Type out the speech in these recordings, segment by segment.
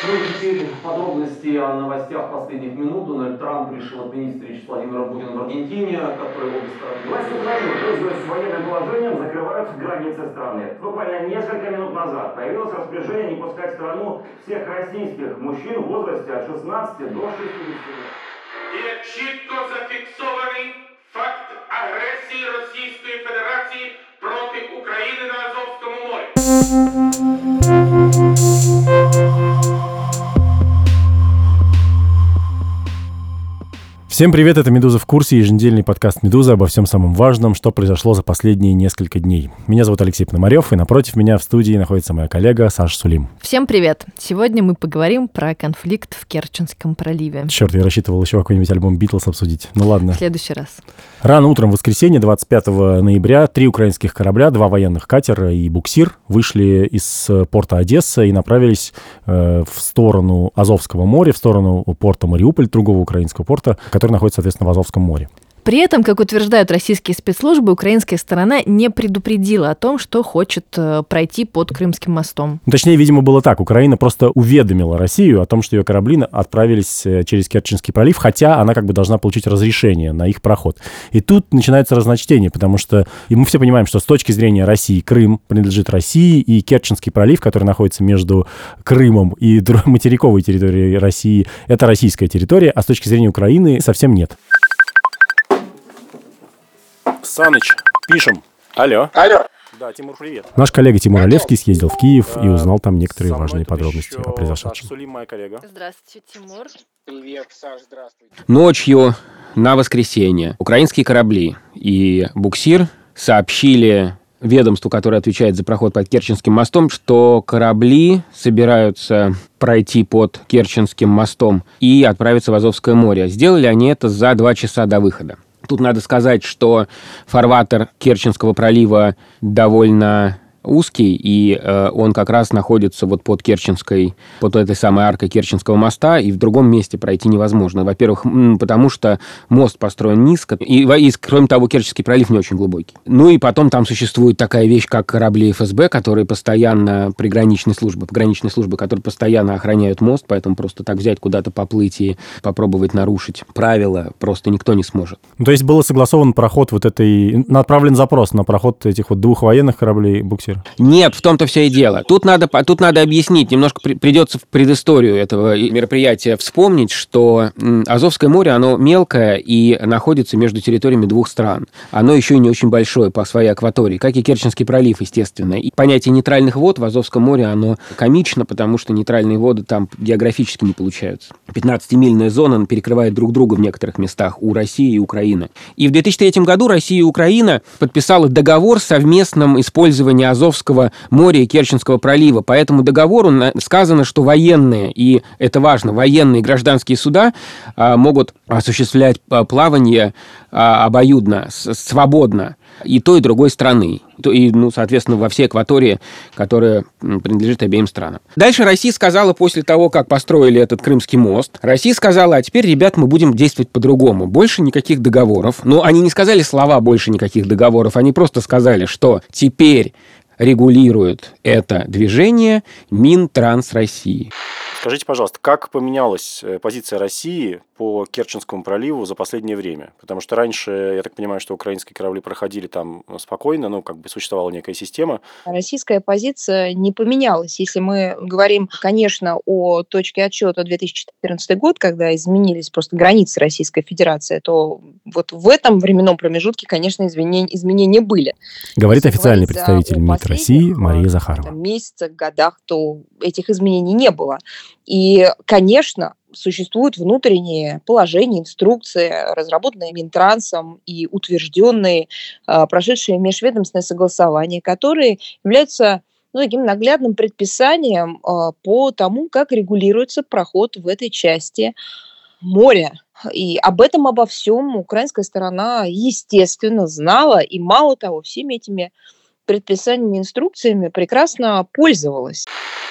Ну и теперь подробности о новостях последних минут. Дональд Трамп решил отменить встречу с Владимиром Путиным в Аргентине, которой обе стороны... Власти Украины, пользуясь военным положением, закрывают границы страны. Буквально несколько минут назад появилось распоряжение не пускать в страну всех российских мужчин в возрасте от 16 до 60 лет. Є чітко зафіксований факт агресії Російської Федерації проти України на Азовському морі. Всем привет, это «Медуза в курсе», еженедельный подкаст «Медузы» обо всем самом важном, что произошло за последние несколько дней. Меня зовут Алексей Пономарев, и напротив меня в студии находится моя коллега Саша Сулим. Всем привет! Сегодня мы поговорим про конфликт в Керченском проливе. Черт, я рассчитывал еще какой-нибудь альбом «Битлз» обсудить. Ну ладно. В следующий раз. Рано утром в воскресенье, 25 ноября, 3 украинских корабля, 2 военных катера и буксир вышли из порта Одесса и направились в сторону Азовского моря, в сторону порта Мариуполь, другого украинского порта, который находится, соответственно, в Азовском море. При этом, как утверждают российские спецслужбы, украинская сторона не предупредила о том, что хочет пройти под Крымским мостом. Точнее, видимо, было так. Украина просто уведомила Россию о том, что ее корабли отправились через Керченский пролив, хотя она как бы должна получить разрешение на их проход. И тут начинается разночтение, потому что и мы все понимаем, что с точки зрения России Крым принадлежит России, и Керченский пролив, который находится между Крымом и материковой территорией России, это российская территория, а с точки зрения Украины совсем нет. Саныч, пишем. Алло. Да, Тимур, привет. Наш коллега Тимур Олевский съездил в Киев и узнал там некоторые важные подробности о произошедшем. Саша Сулим, моя коллега. Здравствуйте, Тимур. Привет, Саш, здравствуй. Ночью на воскресенье украинские корабли и буксир сообщили ведомству, которое отвечает за проход под Керченским мостом, что корабли собираются пройти под Керченским мостом и отправиться в Азовское море. Сделали они это за 2 часа до выхода. Тут надо сказать, что фарватер Керченского пролива довольно узкий, и он как раз находится вот под этой самой аркой Керченского моста, и в другом месте пройти невозможно. Во-первых, потому что мост построен низко, и кроме того, Керченский пролив не очень глубокий. Ну и потом там существует такая вещь, как корабли ФСБ, которые постоянно, пограничные службы, которые постоянно охраняют мост, поэтому просто так взять куда-то поплыть и попробовать нарушить правила просто никто не сможет. Ну, то есть был согласован проход направлен запрос на проход этих вот 2 военных кораблей буксира? Нет, в том-то все и дело. Тут надо объяснить, немножко придется в предысторию этого мероприятия вспомнить, что Азовское море, оно мелкое и находится между территориями 2 стран. Оно еще и не очень большое по своей акватории, как и Керченский пролив, естественно. И понятие нейтральных вод в Азовском море, оно комично, потому что нейтральные воды там географически не получаются. 15-мильная зона перекрывает друг друга в некоторых местах у России и Украины. И в 2003 году Россия и Украина подписали договор о совместном использовании Азовского моря и Керченского пролива. По этому договору сказано, что военные, и это важно, военные и гражданские суда могут осуществлять плавание обоюдно, свободно и той, и другой страны. И, соответственно, во всей акватории, которая принадлежит обеим странам. Дальше Россия сказала, после того, как построили этот Крымский мост, Россия сказала, а теперь, ребят, мы будем действовать по-другому. Больше никаких договоров. Но они не сказали слова «больше никаких договоров», они просто сказали, что теперь регулирует это движение Минтранс России. Скажите, пожалуйста, как поменялась позиция России по Керченскому проливу за последнее время? Потому что раньше, я так понимаю, что украинские корабли проходили там спокойно, существовала некая система. Российская позиция не поменялась. Если мы говорим, конечно, о точке отсчета 2014 год, когда изменились просто границы Российской Федерации, то вот в этом временном промежутке, конечно, изменения были. Говорит официальный представитель МИД России Мария Захарова. Месяцах, годах, то этих изменений не было. И, конечно, существуют внутренние положения, инструкции, разработанные Минтрансом и утвержденные, прошедшие межведомственное согласование, которые являются таким наглядным предписанием по тому, как регулируется проход в этой части моря. И обо всем украинская сторона, естественно, знала, и мало того, всеми этими предписаниями, инструкциями прекрасно пользовалась.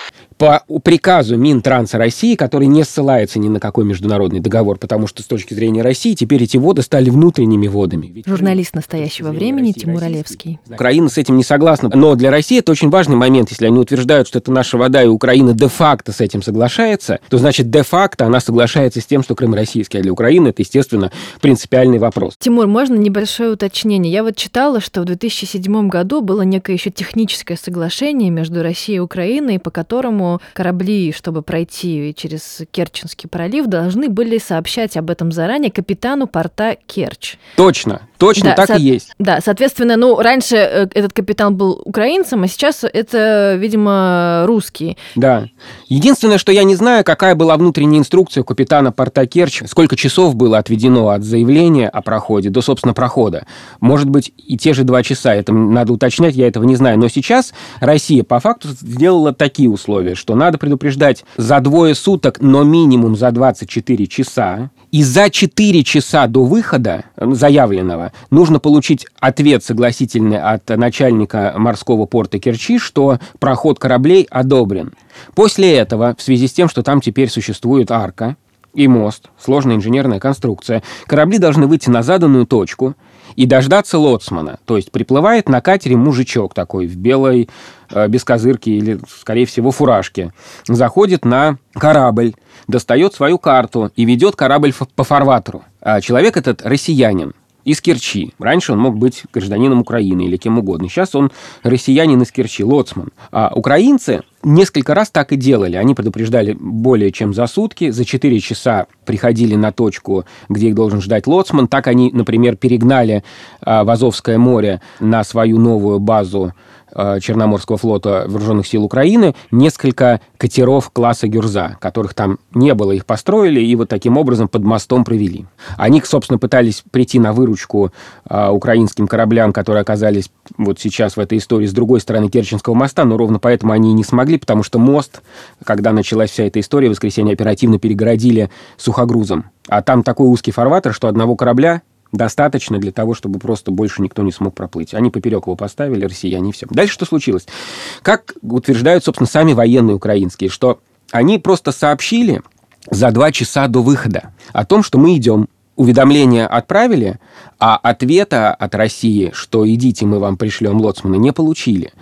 По приказу Минтранса России, который не ссылается ни на какой международный договор, потому что с точки зрения России теперь эти воды стали внутренними водами. Журналист настоящего времени Тимур Олевский. Украина с этим не согласна, но для России это очень важный момент. Если они утверждают, что это наша вода, и Украина де-факто с этим соглашается, то значит де-факто она соглашается с тем, что Крым российский. А для Украины это, естественно, принципиальный вопрос. Тимур, можно небольшое уточнение? Я вот читала, что в 2007 году было некое еще техническое соглашение между Россией и Украиной, по которому корабли, чтобы пройти через Керченский пролив, должны были сообщать об этом заранее капитану порта Керчь. Точно, да, так и есть. Да, соответственно, раньше этот капитан был украинцем, а сейчас это, видимо, русский. Да. Единственное, что я не знаю, какая была внутренняя инструкция у капитана порта Керчь, сколько часов было отведено от заявления о проходе до, собственно, прохода. Может быть, и те же 2 часа. Это надо уточнять, я этого не знаю. Но сейчас Россия по факту сделала такие условия, что надо предупреждать за 2 суток, но минимум за 24 часа. И за 4 часа до выхода заявленного нужно получить ответ согласительный от начальника морского порта Керчи, что проход кораблей одобрен. После этого, в связи с тем, что там теперь существует арка и мост, сложная инженерная конструкция, корабли должны выйти на заданную точку и дождаться лоцмана. То есть приплывает на катере мужичок такой в белой бескозырке или, скорее всего, фуражке, заходит на корабль, достает свою карту и ведет корабль по фарватеру. А человек этот россиянин из Керчи. Раньше он мог быть гражданином Украины или кем угодно. Сейчас он россиянин из Керчи, лоцман. А украинцы несколько раз так и делали. Они предупреждали более чем за сутки. За 4 часа приходили на точку, где их должен ждать лоцман. Так они, например, перегнали в Азовское море на свою новую базу Черноморского флота Вооруженных сил Украины несколько катеров класса «Гюрза», которых там не было, их построили и вот таким образом под мостом провели. Они, собственно, пытались прийти на выручку украинским кораблям, которые оказались вот сейчас в этой истории с другой стороны Керченского моста, но ровно поэтому они и не смогли, потому что мост, когда началась вся эта история, в воскресенье оперативно перегородили сухогрузом. А там такой узкий фарватер, что одного корабля достаточно для того, чтобы просто больше никто не смог проплыть. Они поперек его поставили, россияне, и все. Дальше что случилось? Как утверждают, собственно, сами военные украинские, что они просто сообщили за 2 часа до выхода о том, что мы идем. Уведомление отправили, а ответа от России, что идите, мы вам пришлем лоцмана, не получили.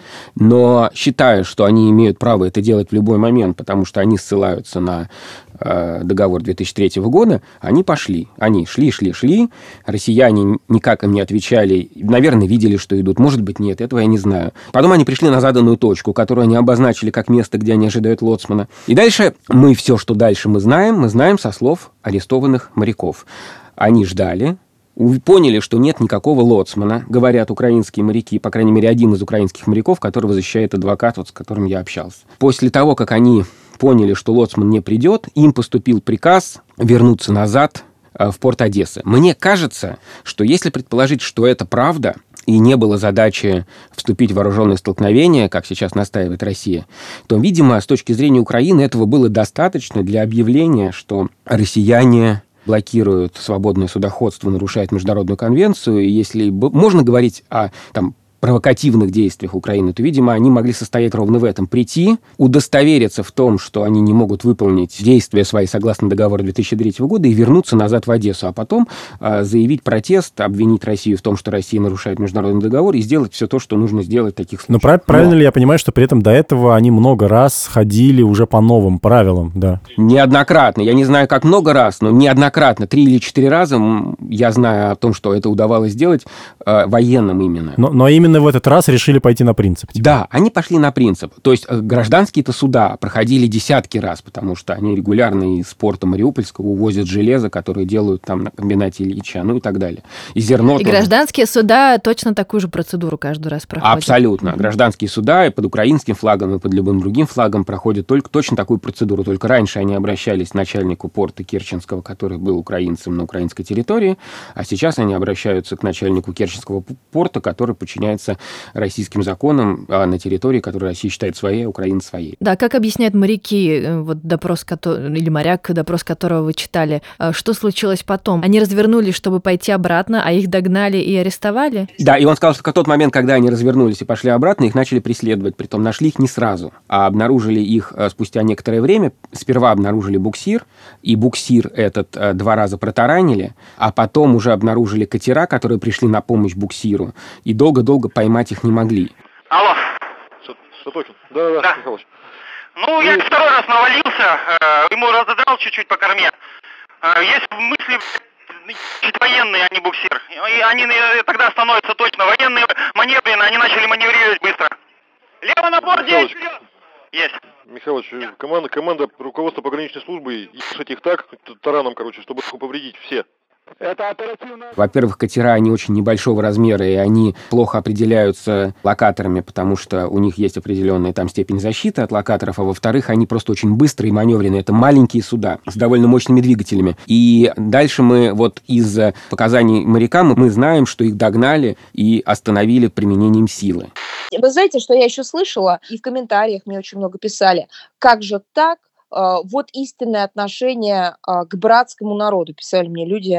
Но считая, что они имеют право это делать в любой момент, потому что они ссылаются на договор 2003 года, они пошли. Они шли. Россияне никак им не отвечали. Наверное, видели, что идут. Может быть, нет. Этого я не знаю. Потом они пришли на заданную точку, которую они обозначили как место, где они ожидают лоцмана. И дальше все, что дальше мы знаем со слов арестованных моряков. Они ждали, поняли, что нет никакого лоцмана, говорят украинские моряки, по крайней мере, один из украинских моряков, которого защищает адвокат, вот, с которым я общался. После того, как они поняли, что лоцман не придет, им поступил приказ вернуться назад в порт Одессы. Мне кажется, что если предположить, что это правда, и не было задачи вступить в вооруженное столкновение, как сейчас настаивает Россия, то, видимо, с точки зрения Украины этого было достаточно для объявления, что россияне блокируют свободное судоходство, нарушают международную конвенцию, и если можно говорить о провокативных действиях Украины, то, видимо, они могли состоять ровно в этом. Прийти, удостовериться в том, что они не могут выполнить действия свои согласно договору 2003 года и вернуться назад в Одессу, а потом заявить протест, обвинить Россию в том, что Россия нарушает международный договор и сделать все то, что нужно сделать в таких случаях. Но правильно ли я понимаю, что при этом до этого они много раз ходили уже по новым правилам, да? Неоднократно. Я не знаю, как много раз, но неоднократно. 3 или 4 раза я знаю о том, что это удавалось сделать военным именно. Но именно в этот раз решили пойти на принцип. Да, они пошли на принцип. То есть гражданские-то суда проходили десятки раз, потому что они регулярно из порта Мариупольского увозят железо, которое делают там на комбинате Ильича, и так далее. И зерно и тоже. Гражданские суда точно такую же процедуру каждый раз проходят. Абсолютно. Гражданские суда и под украинским флагом, и под любым другим флагом проходят точно такую процедуру. Только раньше они обращались к начальнику порта Керченского, который был украинцем на украинской территории, а сейчас они обращаются к начальнику Керченского порта, который подчиняется подчиняется российским законам на территории, которую Россия считает своей, а Украина своей. Да, как объясняют моряки, вот допрос или моряк, допрос которого вы читали, что случилось потом? Они развернулись, чтобы пойти обратно, а их догнали и арестовали? Да, и он сказал, что в тот момент, когда они развернулись и пошли обратно, их начали преследовать. Притом нашли их не сразу, а обнаружили их спустя некоторое время. Сперва обнаружили буксир, и буксир этот 2 раза протаранили, а потом уже обнаружили катера, которые пришли на помощь буксиру, и долго-долго поймать их не могли. Алло. Сатокин? Да, Михалыч. Ну, я второй раз навалился, ему разодрал чуть-чуть по корме. Есть мысли военные, а не буксир. И они тогда становятся точно военные, маневренные, они начали маневрировать быстро. Лево на борт, вперед! Есть. Михалыч, команда руководства пограничной службы, ехать их так, тараном, чтобы их повредить все. Это оперативно. Во-первых, катера, они очень небольшого размера, и они плохо определяются локаторами, потому что у них есть определенная там степень защиты от локаторов, а во-вторых, они просто очень быстрые и маневренные. Это маленькие суда с довольно мощными двигателями. И дальше мы вот из показаний моряка мы знаем, что их догнали и остановили применением силы. Вы знаете, что я еще слышала, и в комментариях мне очень много писали, как же так? Вот истинное отношение к братскому народу, писали мне люди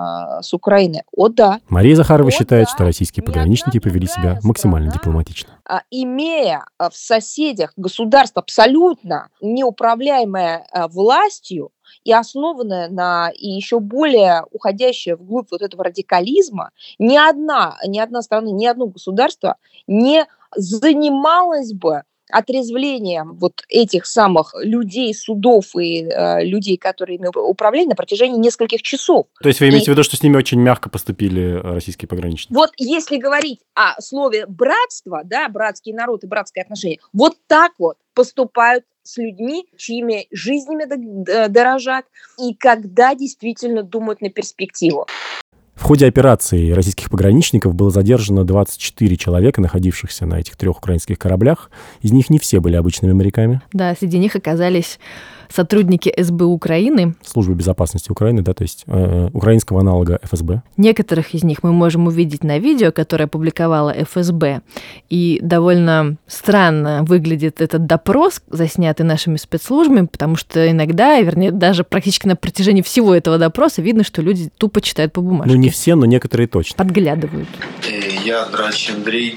с Украины. О, да. Мария Захарова считает, что российские пограничники повели себя максимально дипломатично. Имея в соседях государство абсолютно неуправляемое властью и основанное на и еще более уходящее вглубь вот этого радикализма, ни одна страна, ни одно государство не занималось бы отрезвлением вот этих самых людей, судов и людей, которые ими управляли на протяжении нескольких часов. То есть вы имеете в виду, что с ними очень мягко поступили российские пограничники? Вот если говорить о слове братство, да, братский народ и братские отношения, вот так вот поступают с людьми, чьими жизнями дорожат, и когда действительно думают на перспективу. В ходе операции российских пограничников было задержано 24 человека, находившихся на этих 3 украинских кораблях. Из них не все были обычными моряками. Да, среди них оказались сотрудники СБУ Украины. Службы безопасности Украины, да, то есть украинского аналога ФСБ. Некоторых из них мы можем увидеть на видео, которое опубликовала ФСБ. И довольно странно выглядит этот допрос, заснятый нашими спецслужбами, потому что иногда, вернее, даже практически на протяжении всего этого допроса видно, что люди тупо читают по бумажке. Ну, не все, но некоторые точно. Подглядывают. Я, Драч Андрей,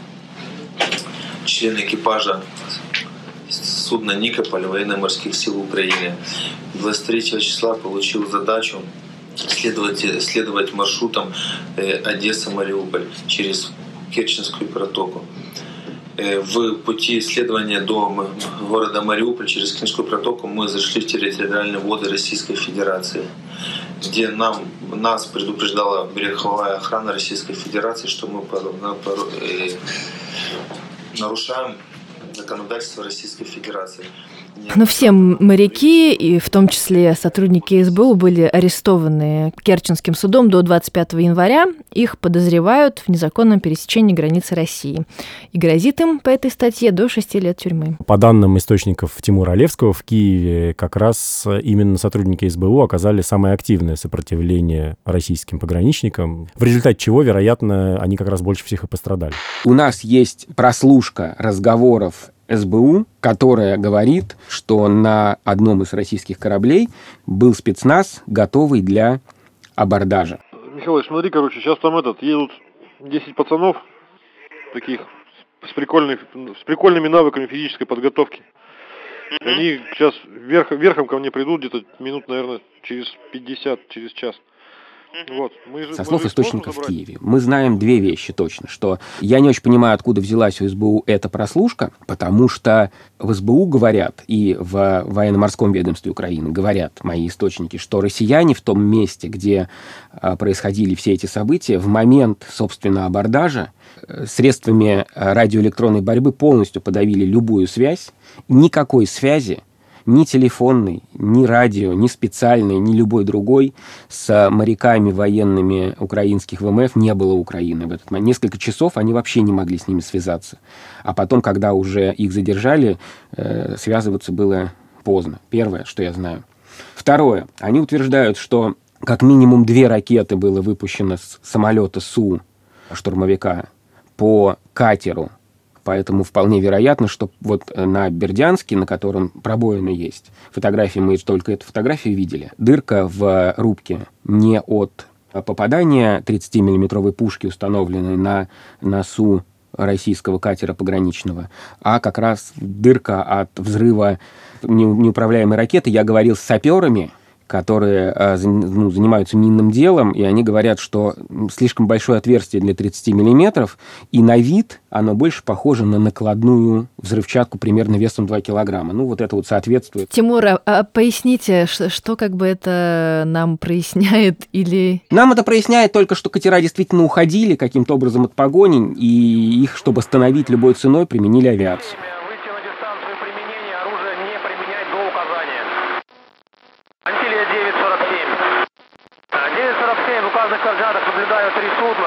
член экипажа судна «Никополь» военно-морских сил Украины. 23 числа получил задачу следовать маршрутом Одесса-Мариуполь через Керченскую протоку. В пути исследования до города Мариуполь через Керченскую протоку мы зашли в территориальные воды Российской Федерации, где нас предупреждала береговая охрана Российской Федерации, что мы нарушаем законодательство Российской Федерации. Но все моряки, и в том числе сотрудники СБУ, были арестованы Керченским судом до 25 января. Их подозревают в незаконном пересечении границы России. И грозит им по этой статье до 6 лет тюрьмы. По данным источников Тимура Олевского, в Киеве как раз именно сотрудники СБУ оказали самое активное сопротивление российским пограничникам, в результате чего, вероятно, они как раз больше всех и пострадали. У нас есть прослушка разговоров СБУ, которая говорит, что на одном из российских кораблей был спецназ, готовый для абордажа. Михалыч, смотри, сейчас там едут 10 пацанов, таких с прикольными навыками физической подготовки. Они сейчас верхом ко мне придут где-то минут, наверное, через 50, через час. Вот. Со слов источников в Киеве мы знаем 2 вещи точно, что я не очень понимаю, откуда взялась у СБУ эта прослушка, потому что в СБУ говорят, и в военно-морском ведомстве Украины говорят мои источники, что россияне в том месте, где происходили все эти события, в момент, собственно, абордажа средствами радиоэлектронной борьбы полностью подавили любую связь, никакой связи, ни телефонной, ни радио, ни специальной, ни любой другой с моряками военными украинских ВМФ не было Украины в этот момент. Несколько часов они вообще не могли с ними связаться. А потом, когда уже их задержали, связываться было поздно. Первое, что я знаю. Второе. Они утверждают, что как минимум 2 ракеты было выпущено с самолета Су, штурмовика, по катеру. Поэтому вполне вероятно, что вот на Бердянске, на котором пробоины есть, фотографии мы только эту фотографию видели, дырка в рубке не от попадания 30-миллиметровой пушки, установленной на носу российского катера пограничного, а как раз дырка от взрыва неуправляемой ракеты. Я говорил с саперами, которые занимаются минным делом, и они говорят, что слишком большое отверстие для 30 миллиметров, и на вид оно больше похоже на накладную взрывчатку примерно весом 2 килограмма. Ну, вот это вот соответствует. Тимур, а поясните, что как бы это нам проясняет или... Нам это проясняет только, что катера действительно уходили каким-то образом от погони, и их, чтобы остановить любой ценой, применили авиацию. Выйти на дистанцию применения оружия не применять до указания. Антилия 947. 947 в указанных координатах наблюдаю 3 судна.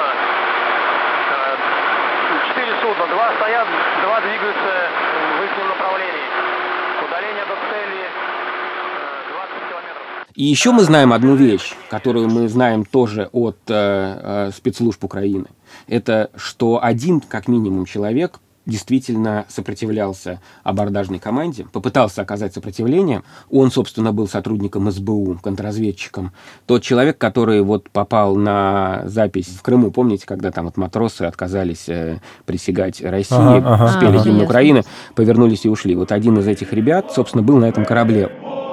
4 судна. 2 стоят, 2 двигаются в их направлении. Удаление до цели 20 километров. И еще мы знаем одну вещь, которую мы знаем тоже от спецслужб Украины. Это что один, как минимум, человек действительно сопротивлялся абордажной команде, попытался оказать сопротивление. Он, собственно, был сотрудником СБУ, контрразведчиком. Тот человек, который вот попал на запись в Крыму, помните, когда там вот матросы отказались присягать России, спели гимн Украины, повернулись и ушли. Вот один из этих ребят, собственно, был на этом корабле.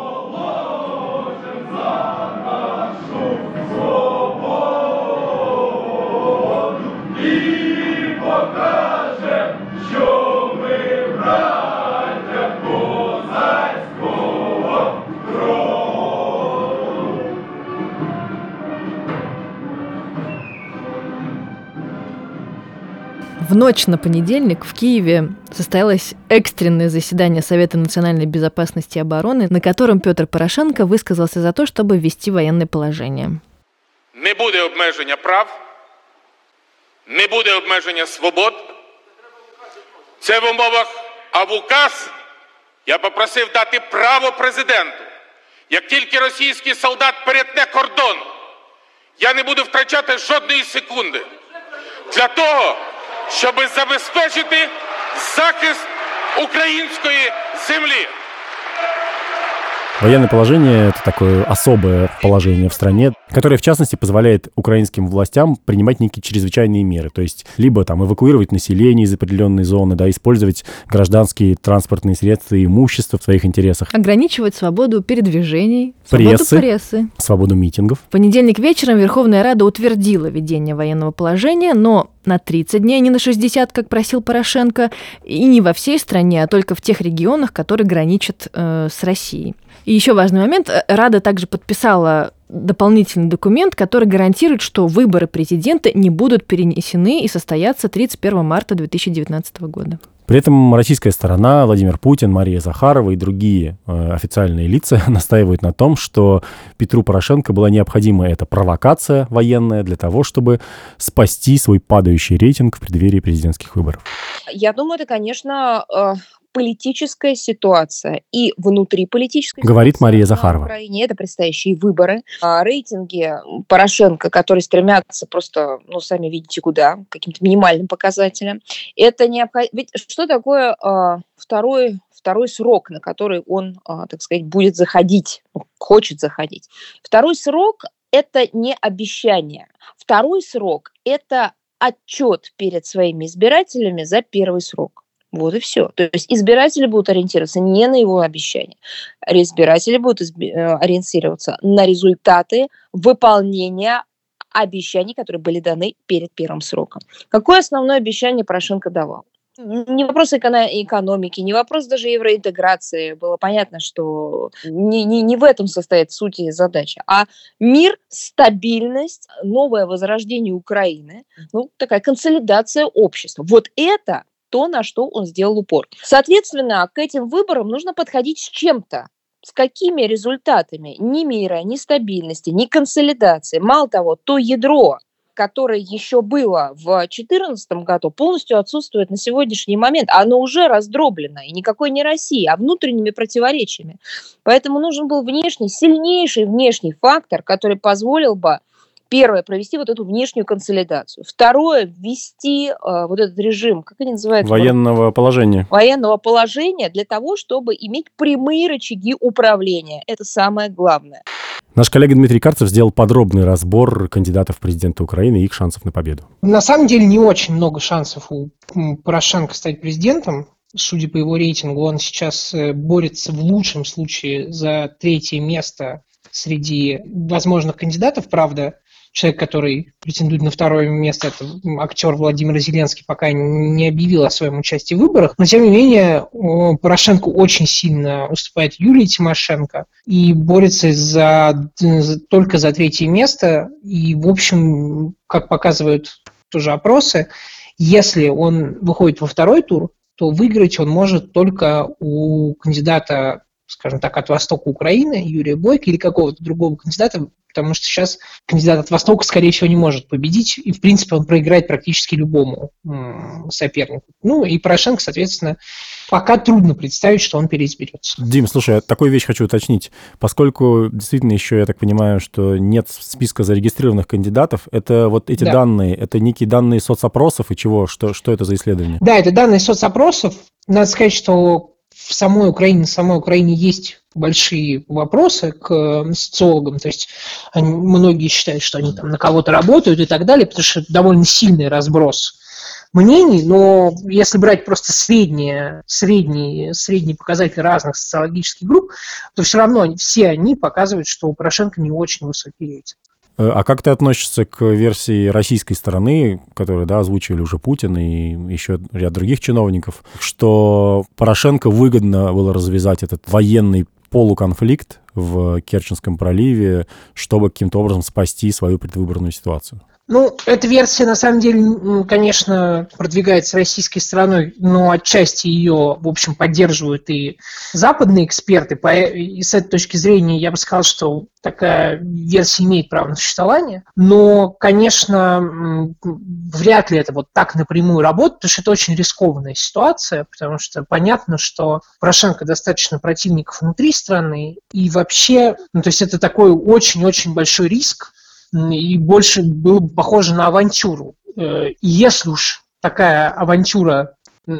В ночь на понедельник в Киеве состоялось экстренное заседание Совета национальной безопасности и обороны, на котором Петр Порошенко высказался за то, чтобы ввести военное положение. Не буде обмеження прав, не буде обмеження свобод. Це в умовах, а в указ я попросив дати право президенту. Як тільки російський солдат перетне кордон, я не буду втрачати жодної секунди для того, щоб забезпечити захист української землі. Военное положение – это такое особое положение в стране, которое, в частности, позволяет украинским властям принимать некие чрезвычайные меры. То есть, либо там эвакуировать население из определенной зоны, да, использовать гражданские транспортные средства и имущество в своих интересах. Ограничивать свободу передвижений, свободу прессы. Свободу митингов. В понедельник вечером Верховная Рада утвердила введение военного положения, но на 30 дней, а не на 60, как просил Порошенко, и не во всей стране, а только в тех регионах, которые граничат с Россией. И еще важный момент. Рада также подписала дополнительный документ, который гарантирует, что выборы президента не будут перенесены и состоятся 31 марта 2019 года. При этом российская сторона, Владимир Путин, Мария Захарова и другие официальные лица настаивают на том, что Петру Порошенко была необходима эта провокация военная для того, чтобы спасти свой падающий рейтинг в преддверии президентских выборов. Я думаю, это, конечно, политическая ситуация и внутриполитическая говорит ситуация Мария Захарова. В Украине. Это предстоящие выборы. Рейтинги Порошенко, которые стремятся просто, сами видите, куда, к каким-то минимальным показателям. Это необходимо. Ведь что такое второй срок, на который он, так сказать, будет заходить, хочет заходить? Второй срок – это не обещание. Второй срок – это отчет перед своими избирателями за первый срок. Вот и все. То есть избиратели будут ориентироваться не на его обещания. Избиратели будут ориентироваться на результаты выполнения обещаний, которые были даны перед первым сроком. Какое основное обещание Порошенко давал? Не вопрос экономики, не вопрос даже евроинтеграции. Было понятно, что не в этом состоит суть и задача, а мир, стабильность, новое возрождение Украины, такая консолидация общества. Вот это то, на что он сделал упор. Соответственно, к этим выборам нужно подходить с чем-то. С какими результатами? Ни мира, ни стабильности, ни консолидации. Мало того, то ядро, которое еще было в 2014 году, полностью отсутствует на сегодняшний момент. Оно уже раздроблено. И никакой не России, а внутренними противоречиями. Поэтому нужен был сильнейший внешний фактор, который позволил бы Первое, провести вот эту внешнюю консолидацию. Второе, ввести вот этот режим, как они называются? Военного положения. Военного положения для того, чтобы иметь прямые рычаги управления. Это самое главное. Наш коллега Дмитрий Карцев сделал подробный разбор кандидатов в президенты Украины и их шансов на победу. На самом деле не очень много шансов у Порошенко стать президентом. Судя по его рейтингу, он сейчас борется в лучшем случае за 3-е место среди возможных кандидатов. Правда, человек, который претендует на 2-е место, это актер Владимир Зеленский, пока не объявил о своем участии в выборах. Но, тем не менее, Порошенко очень сильно уступает Юлии Тимошенко и борется только за 3-е место. И, в общем, как показывают тоже опросы, если он выходит во 2-й тур, то выиграть он может только у кандидата, скажем так, от востока Украины, Юрия Бойко, или какого-то другого кандидата, потому что сейчас кандидат от Востока, скорее всего, не может победить, и, в принципе, он проиграет практически любому сопернику. Ну, и Порошенко, соответственно, пока трудно представить, что он переизберется. Дим, слушай, я такую вещь хочу уточнить. Поскольку действительно еще, я так понимаю, что нет списка зарегистрированных кандидатов, это вот эти данные, это некие данные соцопросов и чего? Что это за исследование? Да, это данные соцопросов. Надо сказать, что в самой Украине есть большие вопросы к социологам, то есть многие считают, что они там на кого-то работают и так далее, потому что это довольно сильный разброс мнений, но если брать просто средние показатели разных социологических групп, то все равно все они показывают, что у Порошенко не очень высокий рейтинг. А как ты относишься к версии российской стороны, которую, озвучивали уже Путин и еще ряд других чиновников, что Порошенко выгодно было развязать этот военный полуконфликт в Керченском проливе, чтобы каким-то образом спасти свою предвыборную ситуацию? Ну, эта версия, на самом деле, конечно, продвигается российской стороной, но отчасти ее, в общем, поддерживают и западные эксперты. И с этой точки зрения я бы сказал, что такая версия имеет право на существование. Но, конечно, вряд ли это вот так напрямую работает, потому что это очень рискованная ситуация, потому что понятно, что Порошенко достаточно противников внутри страны, и вообще, то есть это такой очень-очень большой риск, и больше было бы похоже на авантюру. И если уж такая авантюра,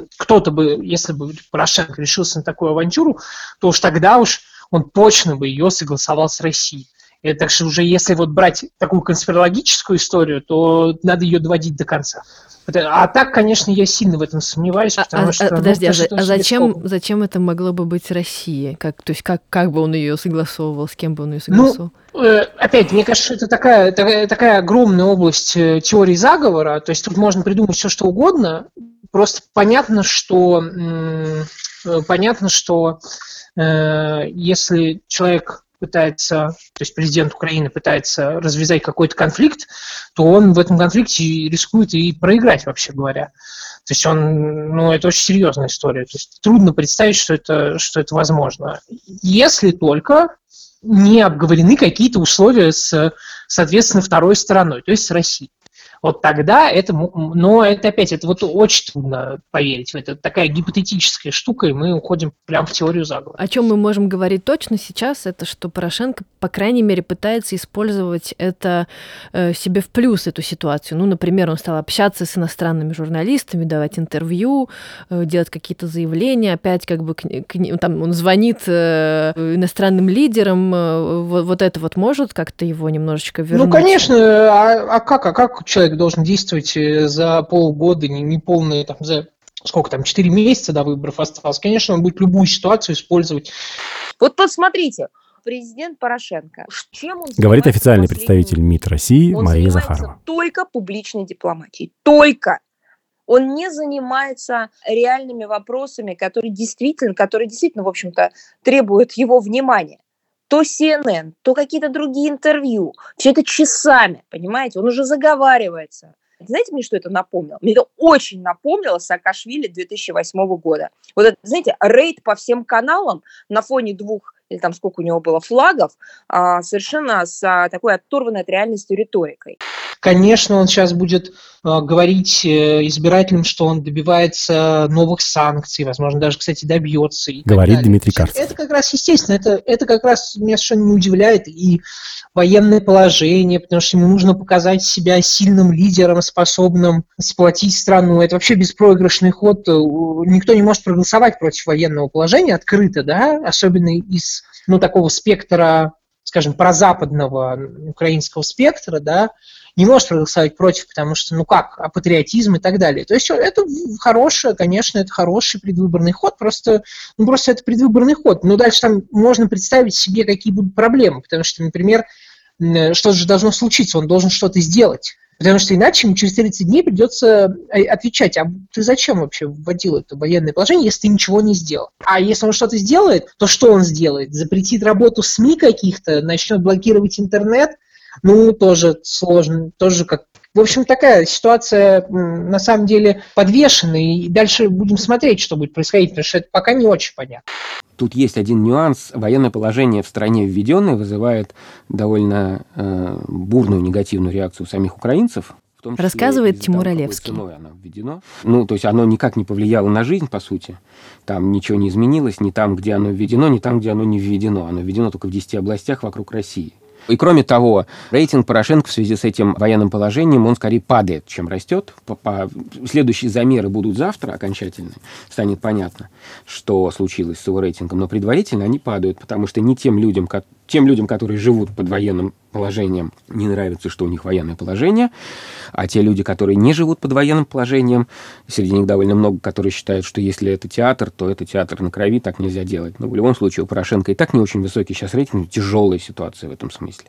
если бы Порошенко решился на такую авантюру, то уж тогда он точно бы ее согласовал с Россией. И так что уже если вот брать такую конспирологическую историю, то надо ее доводить до конца. А так, конечно, я сильно в этом сомневаюсь, потому что... Подожди, зачем это могло бы быть Россией? То есть как бы он ее согласовывал, с кем бы он ее согласовал? Опять, мне кажется, это такая огромная область теории заговора, то есть тут можно придумать все, что угодно, просто понятно, что если человек пытается, то есть президент Украины пытается развязать какой-то конфликт, то он в этом конфликте рискует и проиграть, вообще говоря. То есть это очень серьезная история. То есть трудно представить, что это возможно. Если только не обговорены какие-то условия с, соответственно, второй стороной, то есть с Россией. Вот тогда но это опять, это вот очень трудно поверить в это. Такая гипотетическая штука, и мы уходим прямо в теорию заговора. О чем мы можем говорить точно сейчас, это что Порошенко, по крайней мере, пытается использовать это себе в плюс, эту ситуацию. Например, он стал общаться с иностранными журналистами, давать интервью, делать какие-то заявления, опять он звонит иностранным лидерам, вот это вот может как-то его немножечко вернуть? Конечно, как человек должен действовать за полгода, не полные, за 4 месяца до выборов осталось. Конечно, он будет любую ситуацию использовать. Вот посмотрите, президент Порошенко. Чем он говорит официальный представитель МИД России Мария Захарова. Только публичной дипломатией. Только. Он не занимается реальными вопросами, которые действительно, в общем-то, требуют его внимания. То CNN, то какие-то другие интервью. Все это часами, понимаете? Он уже заговаривается. Знаете, мне что это напомнило? Мне это очень напомнило Саакашвили 2008 года. Вот это, знаете, рейд по всем каналам на фоне 2 или там сколько у него было флагов, совершенно с такой оторванной от реальности риторикой. Конечно, он сейчас будет говорить избирателям, что он добивается новых санкций, возможно, даже, кстати, добьется. Говорит Дмитрий Карцев. Это как раз естественно, это как раз меня совершенно не удивляет. И военное положение, потому что ему нужно показать себя сильным лидером, способным сплотить страну. Это вообще беспроигрышный ход. Никто не может проголосовать против военного положения открыто, да, особенно из такого спектра, скажем, прозападного украинского спектра, да, не может проголосовать против, потому что, патриотизм и так далее. То есть это хорошее, конечно, это хороший предвыборный ход, просто это предвыборный ход. Но дальше там можно представить себе, какие будут проблемы, потому что, например, что же должно случиться, он должен что-то сделать. Потому что иначе ему через 30 дней придется отвечать, а ты зачем вообще вводил это военное положение, если ты ничего не сделал? А если он что-то сделает, то что он сделает? Запретит работу СМИ каких-то, начнет блокировать интернет? Тоже сложно, тоже как... В общем, такая ситуация на самом деле подвешена, и дальше будем смотреть, что будет происходить, потому что это пока не очень понятно. Тут есть один нюанс. Военное положение в стране введенное вызывает довольно бурную негативную реакцию самих украинцев. Рассказывает Тимур Олевский. Оно введено. То есть оно никак не повлияло на жизнь, по сути. Там ничего не изменилось ни там, где оно введено, ни там, где оно не введено. Оно введено только в 10 областях вокруг России. И кроме того, рейтинг Порошенко в связи с этим военным положением, он скорее падает, чем растет. Следующие замеры будут завтра окончательно. Станет понятно, что случилось с его рейтингом. Но предварительно они падают, потому что не тем людям, которые живут под военным положением, не нравится, что у них военное положение, а те люди, которые не живут под военным положением, среди них довольно много, которые считают, что если это театр, то это театр на крови, так нельзя делать. Но в любом случае у Порошенко и так не очень высокий сейчас рейтинг, тяжелая ситуация в этом смысле.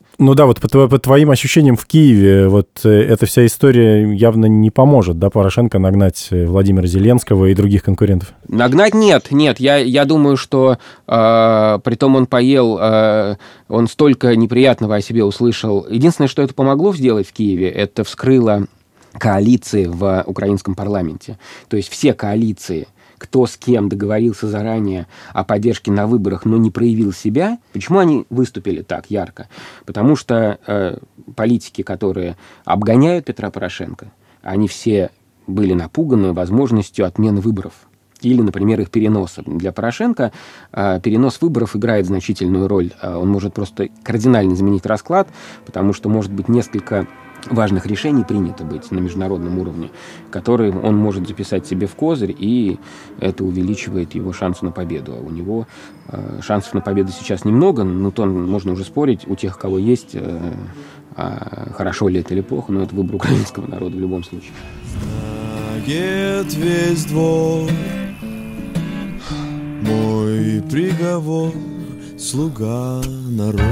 По твоим ощущениям в Киеве, эта вся история явно не поможет, да, Порошенко нагнать Владимира Зеленского и других конкурентов? Нагнать нет. Я думаю, что притом он поел, он столько неприятного о себе услышал. Единственное, что это помогло сделать в Киеве, это вскрыло коалиции в украинском парламенте. То есть все коалиции, кто с кем договорился заранее о поддержке на выборах, но не проявил себя. Почему они выступили так ярко? Потому что политики, которые обгоняют Петра Порошенко, они все были напуганы возможностью отмены выборов. Или, например, их переноса. Для Порошенко перенос выборов играет значительную роль. Он может просто кардинально изменить расклад, потому что, может быть, несколько важных решений принято быть на международном уровне, которые он может записать себе в козырь, и это увеличивает его шансы на победу. А у него шансов на победу сейчас немного, но то можно уже спорить у тех, кого есть, хорошо ли это или плохо, но это выбор украинского народа в любом случае. Знает весь двор мой приговор, слуга народа.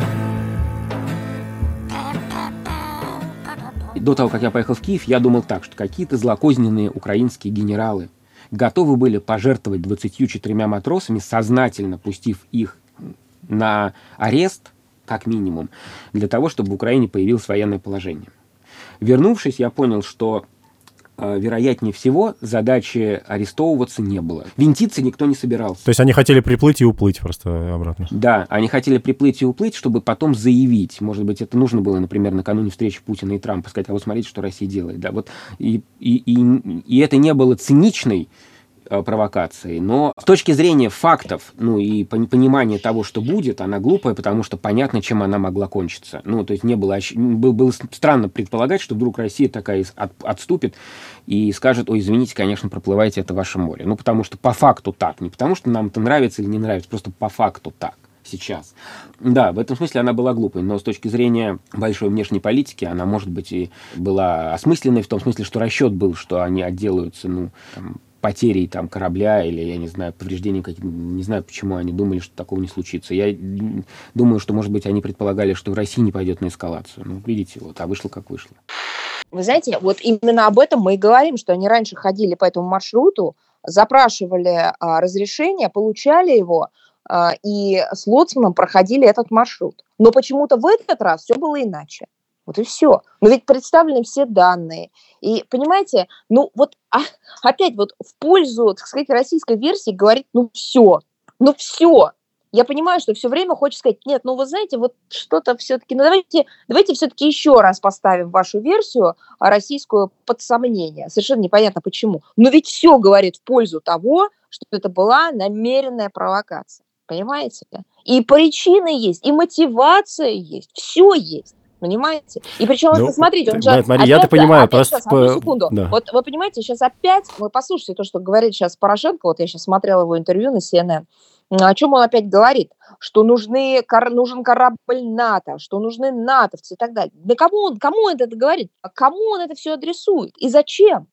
До того, как я поехал в Киев, я думал так, что какие-то злокозненные украинские генералы готовы были пожертвовать 24 матросами, сознательно пустив их на арест, как минимум, для того, чтобы в Украине появилось военное положение. Вернувшись, я понял, что вероятнее всего, задачи арестовываться не было. Винтиться никто не собирался. То есть они хотели приплыть и уплыть просто обратно? Да, они хотели приплыть и уплыть, чтобы потом заявить. Может быть, это нужно было, например, накануне встречи Путина и Трампа сказать, а вот смотрите, что Россия делает. Да, и это не было циничной провокацией, но с точки зрения фактов, и понимания того, что будет, она глупая, потому что понятно, чем она могла кончиться. То есть было странно предполагать, что вдруг Россия такая отступит и скажет, ой, извините, конечно, проплывайте, это ваше море. Потому что по факту так, не потому что нам это нравится или не нравится, просто по факту так сейчас. Да, в этом смысле она была глупой, но с точки зрения большой внешней политики она, может быть, и была осмысленной в том смысле, что расчет был, что они отделаются, потерей корабля или, я не знаю, повреждением каким-то, не знаю, почему они думали, что такого не случится. Я думаю, что, может быть, они предполагали, что в России не пойдет на эскалацию. Видите, а вышло как вышло. Вы знаете, вот именно об этом мы и говорим, что они раньше ходили по этому маршруту, запрашивали разрешение, получали его, и с лоцманом проходили этот маршрут. Но почему-то в этот раз все было иначе. Вот и все. Но ведь представлены все данные. И, понимаете, опять в пользу, так сказать, российской версии говорит, все. Я понимаю, что все время хочется сказать, нет, ну вы знаете, вот что-то все-таки, ну давайте все-таки еще раз поставим вашу версию российскую под сомнение. Совершенно непонятно почему. Но ведь все говорит в пользу того, что это была намеренная провокация. Понимаете? И причины есть, и мотивация есть, все есть. Понимаете? И причем, посмотрите, он же... Мария, я-то понимаю, просто... Сейчас, одну секунду. Да. Вот вы понимаете, сейчас опять... Вы послушайте то, что говорит сейчас Порошенко, вот я сейчас смотрела его интервью на CNN. О чем он опять говорит? Что нужен корабль НАТО, что нужны натовцы и так далее. Да кому он это говорит? Кому он это все адресует? И зачем?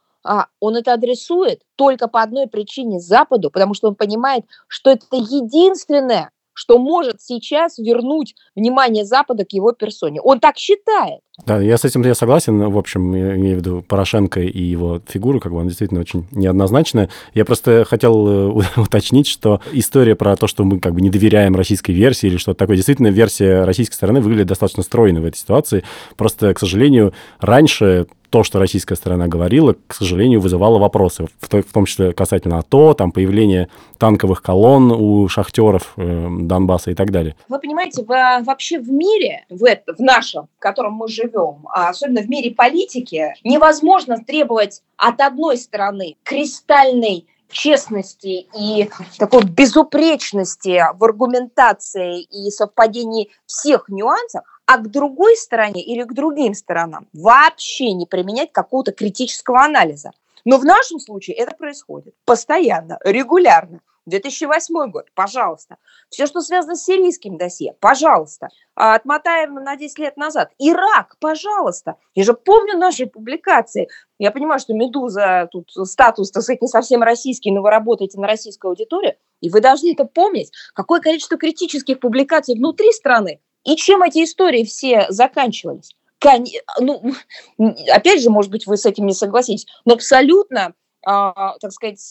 Он это адресует только по одной причине – Западу, потому что он понимает, что это единственное, что может сейчас вернуть внимание Запада к его персоне. Он так считает. Да, я с этим согласен. В общем, я имею в виду Порошенко и его фигуру, как бы он действительно очень неоднозначная. Я просто хотел уточнить, что история про то, что мы как бы не доверяем российской версии или что-то такое, действительно, версия российской стороны выглядит достаточно стройно в этой ситуации. Просто, к сожалению, раньше то, что российская сторона говорила, к сожалению, вызывало вопросы, в том числе касательно АТО, там, появления танковых колонн у шахтеров Донбасса и так далее. Вы понимаете, вообще в мире, в нашем, в котором мы живем, особенно в мире политики, невозможно требовать от одной стороны кристальной честности и такой безупречности в аргументации и совпадении всех нюансов, а к другой стороне или к другим сторонам вообще не применять какого-то критического анализа. Но в нашем случае это происходит постоянно, регулярно. 2008 год, пожалуйста. Все, что связано с сирийским досье, пожалуйста. Отмотаем на 10 лет назад. Ирак, пожалуйста. Я же помню наши публикации. Я понимаю, что «Медуза», тут статус, так сказать, не совсем российский, но вы работаете на российскую аудиторию, и вы должны это помнить. Какое количество критических публикаций внутри страны, и чем эти истории все заканчивались. Ну, опять же, может быть, вы с этим не согласитесь, но абсолютно, так сказать,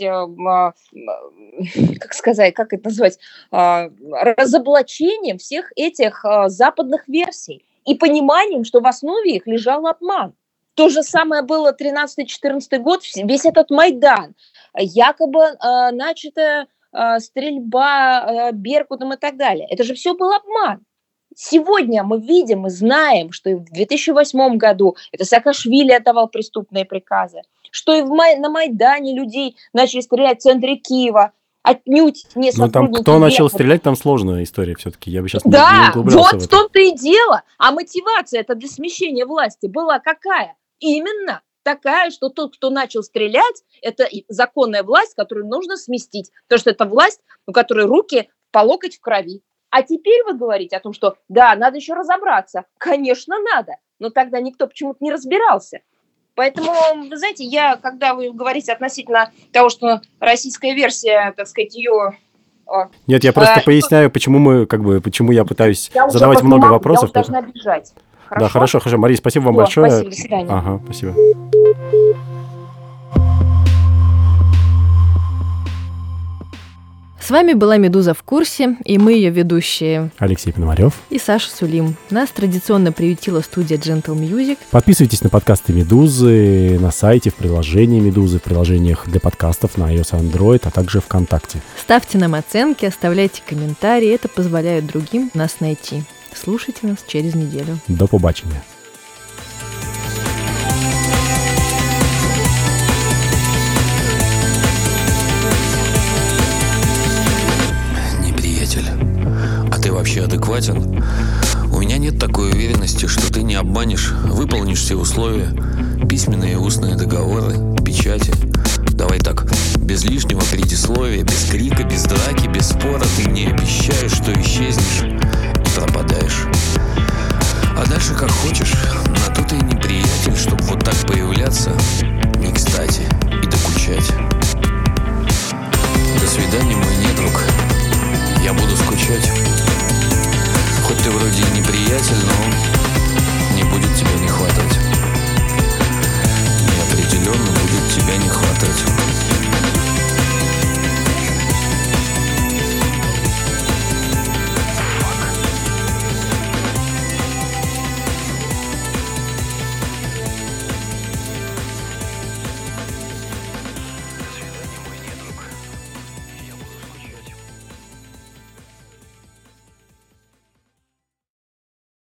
как это назвать, разоблачением всех этих западных версий и пониманием, что в основе их лежал обман. То же самое было 13-14 год, весь этот Майдан, якобы начатая стрельба Беркутом и так далее. Это же все был обман. Сегодня мы видим и знаем, что и в 2008 году это Саакашвили отдавал преступные приказы, что и на Майдане людей начали стрелять в центре Киева, отнюдь не сотрудники. Ну там кто начал стрелять, там сложная история все-таки. Я бы сейчас не углублялся вот в том-то и дело. А мотивация это для смещения власти была какая? Именно такая, что тот, кто начал стрелять, это законная власть, которую нужно сместить. Потому что это власть, у которой руки по локоть в крови. А теперь вы говорите о том, что да, надо еще разобраться. Конечно, надо. Но тогда никто почему-то не разбирался. Поэтому, вы знаете, когда вы говорите относительно того, что российская версия, так сказать, ее... Нет, я просто поясняю, почему я пытаюсь задавать много вопросов. Я должна бежать. Хорошо? Да, хорошо. Мария, спасибо вам большое. Спасибо, до свидания. Ага, спасибо. С вами была «Медуза в курсе», и мы ее ведущие Алексей Пономарев и Саша Сулим. Нас традиционно приютила студия Gentle Music. Подписывайтесь на подкасты «Медузы» на сайте, в приложении «Медузы», в приложениях для подкастов на iOS и Android, а также ВКонтакте. Ставьте нам оценки, оставляйте комментарии, это позволяет другим нас найти. Слушайте нас через неделю. До побачення. Вообще адекватен? У меня нет такой уверенности, что ты не обманешь, выполнишь все условия, письменные и устные договоры, печати. Давай так, без лишнего предисловия, без крика, без драки, без спора. Ты мне обещаешь, что исчезнешь и пропадаешь. А дальше как хочешь, на то ты и не приятель, чтоб вот так появляться не кстати и докучать. До свидания, мой недруг. Я буду скучать. Хоть ты вроде и неприятель, но